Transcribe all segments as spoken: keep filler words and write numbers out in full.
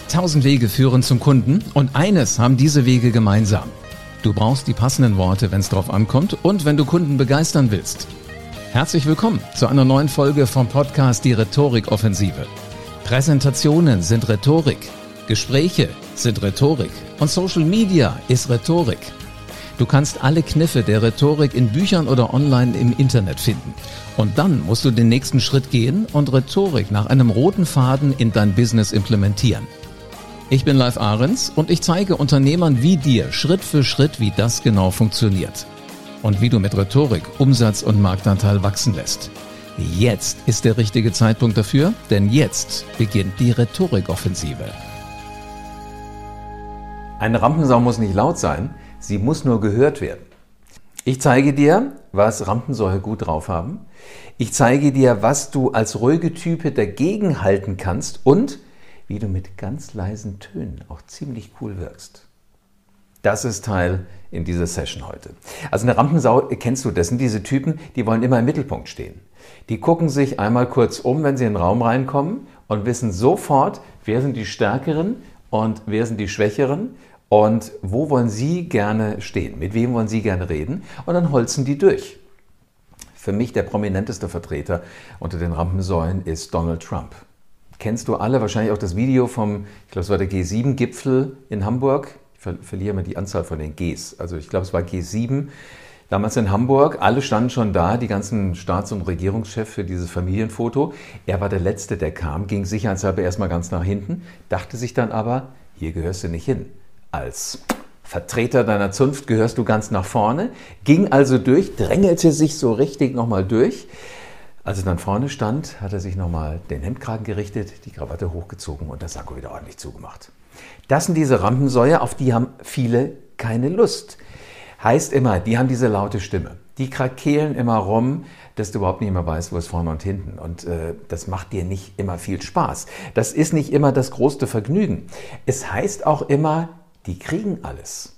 Tausend Wege führen zum Kunden und eines haben diese Wege gemeinsam. Du brauchst die passenden Worte, wenn es drauf ankommt und wenn du Kunden begeistern willst. Herzlich willkommen zu einer neuen Folge vom Podcast Die Rhetorik-Offensive. Präsentationen sind Rhetorik, Gespräche sind Rhetorik und Social Media ist Rhetorik. Du kannst alle Kniffe der Rhetorik in Büchern oder online im Internet finden. Und dann musst du den nächsten Schritt gehen und Rhetorik nach einem roten Faden in dein Business implementieren. Ich bin Live Ahrens und ich zeige Unternehmern wie dir Schritt für Schritt, wie das genau funktioniert. Und wie du mit Rhetorik Umsatz und Marktanteil wachsen lässt. Jetzt ist der richtige Zeitpunkt dafür, denn jetzt beginnt die Rhetorikoffensive. Eine Rampensau muss nicht laut sein, sie muss nur gehört werden. Ich zeige dir, was Rampensäue gut drauf haben. Ich zeige dir, was du als ruhige Type dagegen halten kannst und wie du mit ganz leisen Tönen auch ziemlich cool wirkst. Das ist Teil in dieser Session heute. Also eine Rampensau, kennst du, das sind diese Typen, die wollen immer im Mittelpunkt stehen. Die gucken sich einmal kurz um, wenn sie in den Raum reinkommen und wissen sofort, wer sind die Stärkeren und wer sind die Schwächeren und wo wollen sie gerne stehen, mit wem wollen sie gerne reden und dann holzen die durch. Für mich der prominenteste Vertreter unter den Rampensäulen ist Donald Trump. Kennst du alle wahrscheinlich auch das Video vom, ich glaube es war der G sieben Gipfel in Hamburg. Ich ver- verliere immer die Anzahl von den Gs. Also ich glaube es war G sieben. Damals in Hamburg, alle standen schon da, die ganzen Staats- und Regierungschefs für dieses Familienfoto. Er war der Letzte, der kam, ging sicherheitshalber erstmal ganz nach hinten, dachte sich dann aber, hier gehörst du nicht hin. Als Vertreter deiner Zunft gehörst du ganz nach vorne, ging also durch, drängelte sich so richtig nochmal durch. Als er dann vorne stand, hat er sich nochmal den Hemdkragen gerichtet, die Krawatte hochgezogen und das Sakko wieder ordentlich zugemacht. Das sind diese Rampensäue, auf die haben viele keine Lust. Heißt immer, die haben diese laute Stimme. Die krakeelen immer rum, dass du überhaupt nicht mehr weißt, wo ist vorne und hinten. Und äh, das macht dir nicht immer viel Spaß. Das ist nicht immer das größte Vergnügen. Es heißt auch immer, die kriegen alles.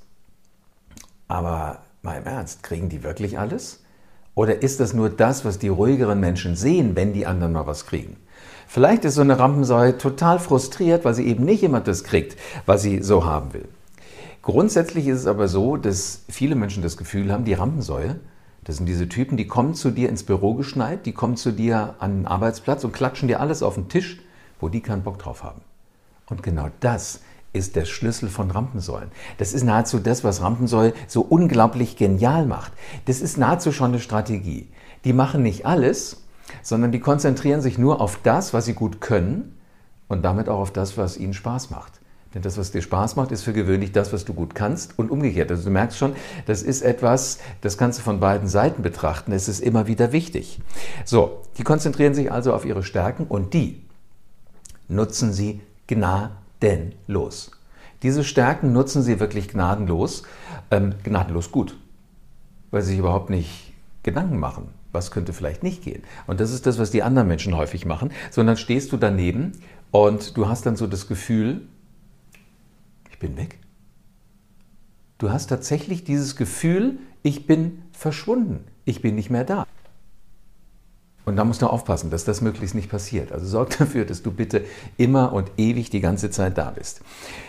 Aber mal im Ernst, kriegen die wirklich alles? Oder ist das nur das, was die ruhigeren Menschen sehen, wenn die anderen mal was kriegen? Vielleicht ist so eine Rampensäue total frustriert, weil sie eben nicht immer das kriegt, was sie so haben will. Grundsätzlich ist es aber so, dass viele Menschen das Gefühl haben, die Rampensäue, das sind diese Typen, die kommen zu dir ins Büro geschneit, die kommen zu dir an den Arbeitsplatz und klatschen dir alles auf den Tisch, wo die keinen Bock drauf haben. Und genau das ist der Schlüssel von Rampensäulen. Das ist nahezu das, was Rampensäue so unglaublich genial macht. Das ist nahezu schon eine Strategie. Die machen nicht alles, sondern die konzentrieren sich nur auf das, was sie gut können und damit auch auf das, was ihnen Spaß macht. Denn das, was dir Spaß macht, ist für gewöhnlich das, was du gut kannst und umgekehrt. Also du merkst schon, das ist etwas, das kannst du von beiden Seiten betrachten. Es ist immer wieder wichtig. So, die konzentrieren sich also auf ihre Stärken und die nutzen sie gnadenlos. Diese Stärken nutzen sie wirklich gnadenlos, ähm, gnadenlos gut, weil sie sich überhaupt nicht Gedanken machen, was könnte vielleicht nicht gehen. Und das ist das, was die anderen Menschen häufig machen, sondern stehst du daneben und du hast dann so das Gefühl, ich bin weg. Du hast tatsächlich dieses Gefühl, ich bin verschwunden, ich bin nicht mehr da. Und da musst du aufpassen, dass das möglichst nicht passiert. Also sorg dafür, dass du bitte immer und ewig die ganze Zeit da bist.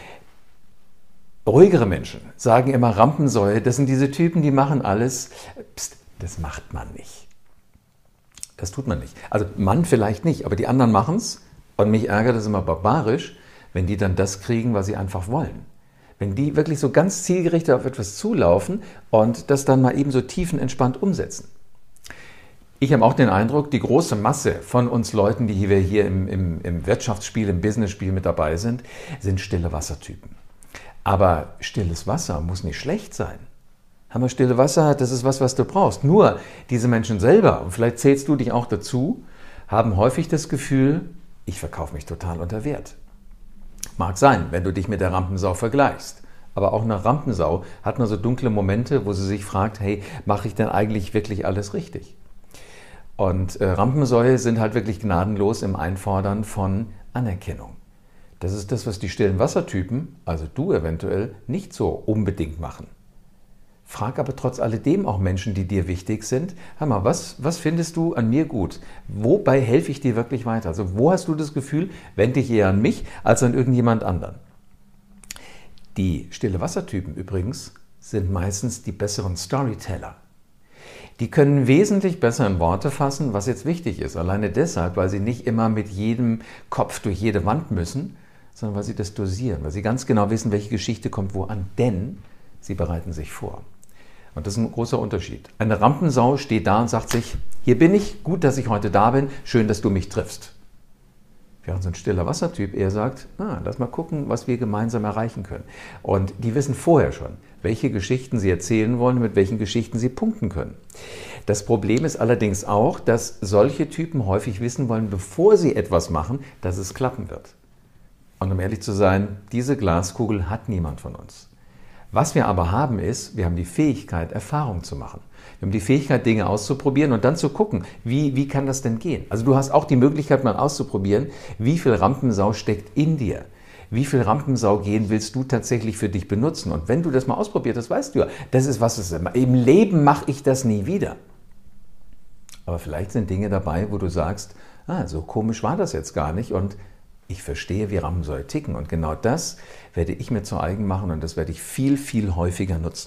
Ruhigere Menschen sagen immer Rampensäue, das sind diese Typen, die machen alles. Psst, das macht man nicht. Das tut man nicht. Also man vielleicht nicht, aber die anderen machen es. Und mich ärgert es immer barbarisch, wenn die dann das kriegen, was sie einfach wollen. Wenn die wirklich so ganz zielgerichtet auf etwas zulaufen und das dann mal eben so tiefenentspannt umsetzen. Ich habe auch den Eindruck, die große Masse von uns Leuten, die wir hier im, im, im Wirtschaftsspiel, im Businessspiel mit dabei sind, sind stille Wassertypen. Aber stilles Wasser muss nicht schlecht sein. Haben wir stille Wasser, das ist was, was du brauchst. Nur diese Menschen selber, und vielleicht zählst du dich auch dazu, haben häufig das Gefühl, ich verkaufe mich total unter Wert. Mag sein, wenn du dich mit der Rampensau vergleichst. Aber auch eine Rampensau hat nur so dunkle Momente, wo sie sich fragt, hey, mache ich denn eigentlich wirklich alles richtig? Und äh, Rampensäue sind halt wirklich gnadenlos im Einfordern von Anerkennung. Das ist das, was die stillen Wassertypen, also du eventuell, nicht so unbedingt machen. Frag aber trotz alledem auch Menschen, die dir wichtig sind. Hör mal, was, was findest du an mir gut? Wobei helfe ich dir wirklich weiter? Also wo hast du das Gefühl, wende ich eher an mich als an irgendjemand anderen? Die Stille-Wasser-Typen übrigens sind meistens die besseren Storyteller. Die können wesentlich besser in Worte fassen, was jetzt wichtig ist. Alleine deshalb, weil sie nicht immer mit jedem Kopf durch jede Wand müssen, sondern weil sie das dosieren, weil sie ganz genau wissen, welche Geschichte kommt wo an, denn sie bereiten sich vor. Und das ist ein großer Unterschied. Eine Rampensau steht da und sagt sich, hier bin ich, gut, dass ich heute da bin, schön, dass du mich triffst. Während so ein stiller Wassertyp eher sagt, ah, lass mal gucken, was wir gemeinsam erreichen können. Und die wissen vorher schon, welche Geschichten sie erzählen wollen und mit welchen Geschichten sie punkten können. Das Problem ist allerdings auch, dass solche Typen häufig wissen wollen, bevor sie etwas machen, dass es klappen wird. Und um ehrlich zu sein, diese Glaskugel hat niemand von uns. Was wir aber haben ist, wir haben die Fähigkeit, Erfahrung zu machen. Wir haben die Fähigkeit, Dinge auszuprobieren und dann zu gucken, wie, wie kann das denn gehen? Also du hast auch die Möglichkeit, mal auszuprobieren, wie viel Rampensau steckt in dir. Wie viel Rampensau gehen willst du tatsächlich für dich benutzen? Und wenn du das mal ausprobiert hast, weißt du ja, das ist was es ist. Im Leben mache ich das nie wieder. Aber vielleicht sind Dinge dabei, wo du sagst, ah, so komisch war das jetzt gar nicht und ich verstehe, wie Rampensäue ticken. Und genau das werde ich mir zu eigen machen und das werde ich viel, viel häufiger nutzen.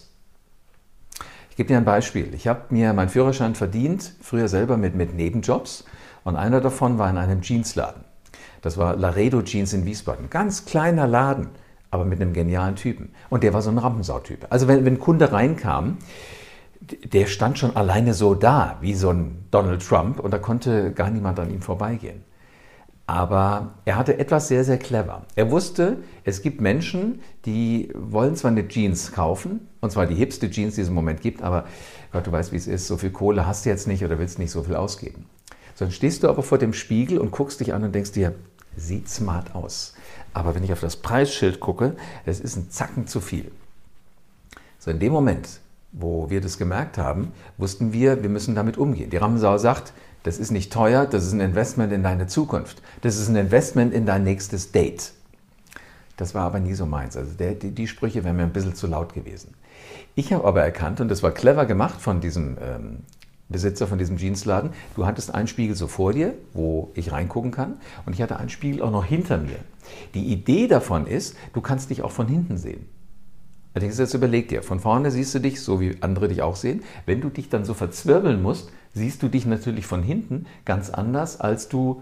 Ich gebe dir ein Beispiel. Ich habe mir meinen Führerschein verdient, früher selber mit, mit Nebenjobs. Und einer davon war in einem Jeansladen. Das war Laredo Jeans in Wiesbaden. Ganz kleiner Laden, aber mit einem genialen Typen. Und der war so ein Rampensau-Typ. Also wenn, wenn ein Kunde reinkam, der stand schon alleine so da, wie so ein Donald Trump. Und da konnte gar niemand an ihm vorbeigehen. Aber er hatte etwas sehr, sehr clever. Er wusste, es gibt Menschen, die wollen zwar eine Jeans kaufen, und zwar die hipste Jeans, die es im Moment gibt, aber Gott, du weißt, wie es ist, so viel Kohle hast du jetzt nicht oder willst nicht so viel ausgeben. So, dann stehst du aber vor dem Spiegel und guckst dich an und denkst dir, sieht smart aus. Aber wenn ich auf das Preisschild gucke, das ist ein Zacken zu viel. So, in dem Moment, wo wir das gemerkt haben, wussten wir, wir müssen damit umgehen. Die Rampensau sagt, das ist nicht teuer, das ist ein Investment in deine Zukunft. Das ist ein Investment in dein nächstes Date. Das war aber nie so meins. Also der, die, die Sprüche wären mir ein bisschen zu laut gewesen. Ich habe aber erkannt, und das war clever gemacht von diesem ähm, Besitzer von diesem Jeansladen, du hattest einen Spiegel so vor dir, wo ich reingucken kann, und ich hatte einen Spiegel auch noch hinter mir. Die Idee davon ist, du kannst dich auch von hinten sehen. Allerdings jetzt überleg dir, von vorne siehst du dich, so wie andere dich auch sehen. Wenn du dich dann so verzwirbeln musst, siehst du dich natürlich von hinten ganz anders, als du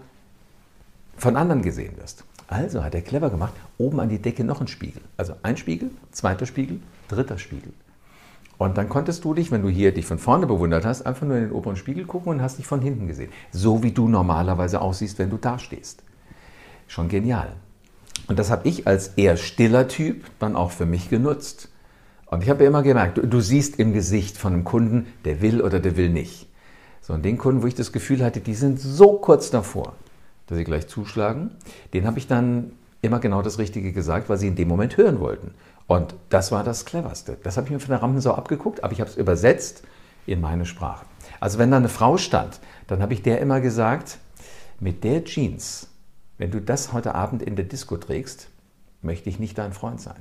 von anderen gesehen wirst. Also hat er clever gemacht, oben an die Decke noch ein Spiegel. Also ein Spiegel, zweiter Spiegel, dritter Spiegel. Und dann konntest du dich, wenn du hier dich von vorne bewundert hast, einfach nur in den oberen Spiegel gucken und hast dich von hinten gesehen. So wie du normalerweise aussiehst, wenn du da stehst. Schon genial. Und das habe ich als eher stiller Typ dann auch für mich genutzt. Und ich habe ja immer gemerkt, du, du siehst im Gesicht von einem Kunden, der will oder der will nicht. So, und den Kunden, wo ich das Gefühl hatte, die sind so kurz davor, dass sie gleich zuschlagen, den habe ich dann immer genau das Richtige gesagt, weil sie in dem Moment hören wollten. Und das war das Cleverste. Das habe ich mir von der Rampensau abgeguckt, aber ich habe es übersetzt in meine Sprache. Also wenn da eine Frau stand, dann habe ich der immer gesagt, mit der Jeans, wenn du das heute Abend in der Disco trägst, möchte ich nicht dein Freund sein.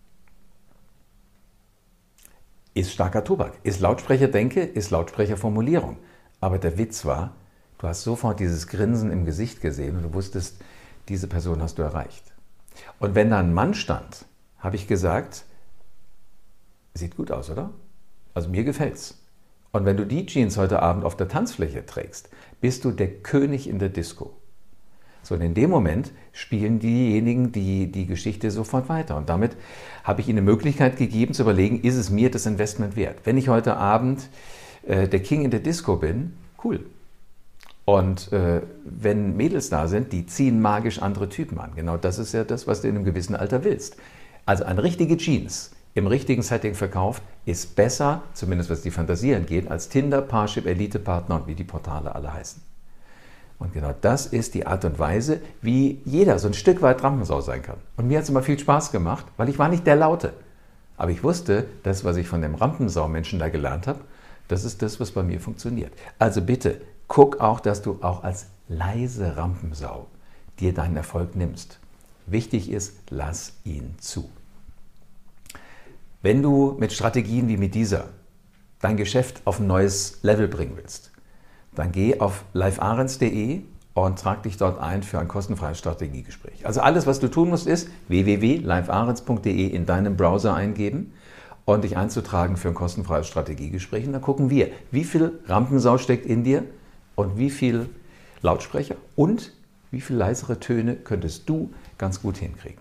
Ist starker Tobak, ist Lautsprecherdenke, ist Lautsprecherformulierung. Aber der Witz war, du hast sofort dieses Grinsen im Gesicht gesehen und du wusstest, diese Person hast du erreicht. Und wenn da ein Mann stand, habe ich gesagt, sieht gut aus, oder? Also mir gefällt's. Und wenn du die Jeans heute Abend auf der Tanzfläche trägst, bist du der König in der Disco. So, und in dem Moment spielen diejenigen die, die Geschichte sofort weiter. Und damit habe ich ihnen eine Möglichkeit gegeben zu überlegen, ist es mir das Investment wert? Wenn ich heute Abend äh, der King in der Disco bin, cool. Und äh, wenn Mädels da sind, die ziehen magisch andere Typen an. Genau das ist ja das, was du in einem gewissen Alter willst. Also eine richtige Jeans im richtigen Setting verkauft, ist besser, zumindest was die Fantasie angeht, als Tinder, Parship, Elite-Partner und wie die Portale alle heißen. Und genau das ist die Art und Weise, wie jeder so ein Stück weit Rampensau sein kann. Und mir hat es immer viel Spaß gemacht, weil ich war nicht der Laute. Aber ich wusste, das, was ich von dem Rampensau-Menschen da gelernt habe, das ist das, was bei mir funktioniert. Also bitte, guck auch, dass du auch als leise Rampensau dir deinen Erfolg nimmst. Wichtig ist, lass ihn zu. Wenn du mit Strategien wie mit dieser dein Geschäft auf ein neues Level bringen willst, dann geh auf live ahrens punkt de und trag dich dort ein für ein kostenfreies Strategiegespräch. Also alles, was du tun musst, ist w w w punkt live ahrens punkt de in deinem Browser eingeben und dich einzutragen für ein kostenfreies Strategiegespräch. Und dann gucken wir, wie viel Rampensau steckt in dir und wie viel Lautsprecher und wie viel leisere Töne könntest du ganz gut hinkriegen.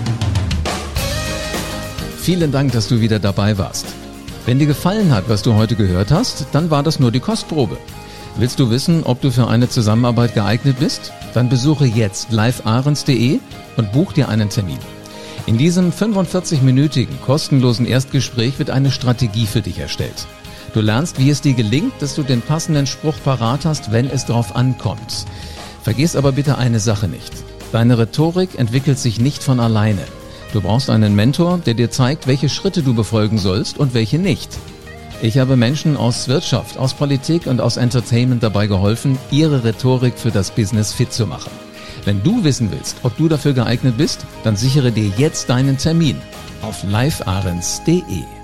Vielen Dank, dass du wieder dabei warst. Wenn dir gefallen hat, was du heute gehört hast, dann war das nur die Kostprobe. Willst du wissen, ob du für eine Zusammenarbeit geeignet bist? Dann besuche jetzt live ahrens punkt de und buch dir einen Termin. In diesem fünfundvierzig-minütigen kostenlosen Erstgespräch wird eine Strategie für dich erstellt. Du lernst, wie es dir gelingt, dass du den passenden Spruch parat hast, wenn es drauf ankommt. Vergiss aber bitte eine Sache nicht. Deine Rhetorik entwickelt sich nicht von alleine. Du brauchst einen Mentor, der dir zeigt, welche Schritte du befolgen sollst und welche nicht. Ich habe Menschen aus Wirtschaft, aus Politik und aus Entertainment dabei geholfen, ihre Rhetorik für das Business fit zu machen. Wenn du wissen willst, ob du dafür geeignet bist, dann sichere dir jetzt deinen Termin auf live ahrens punkt de.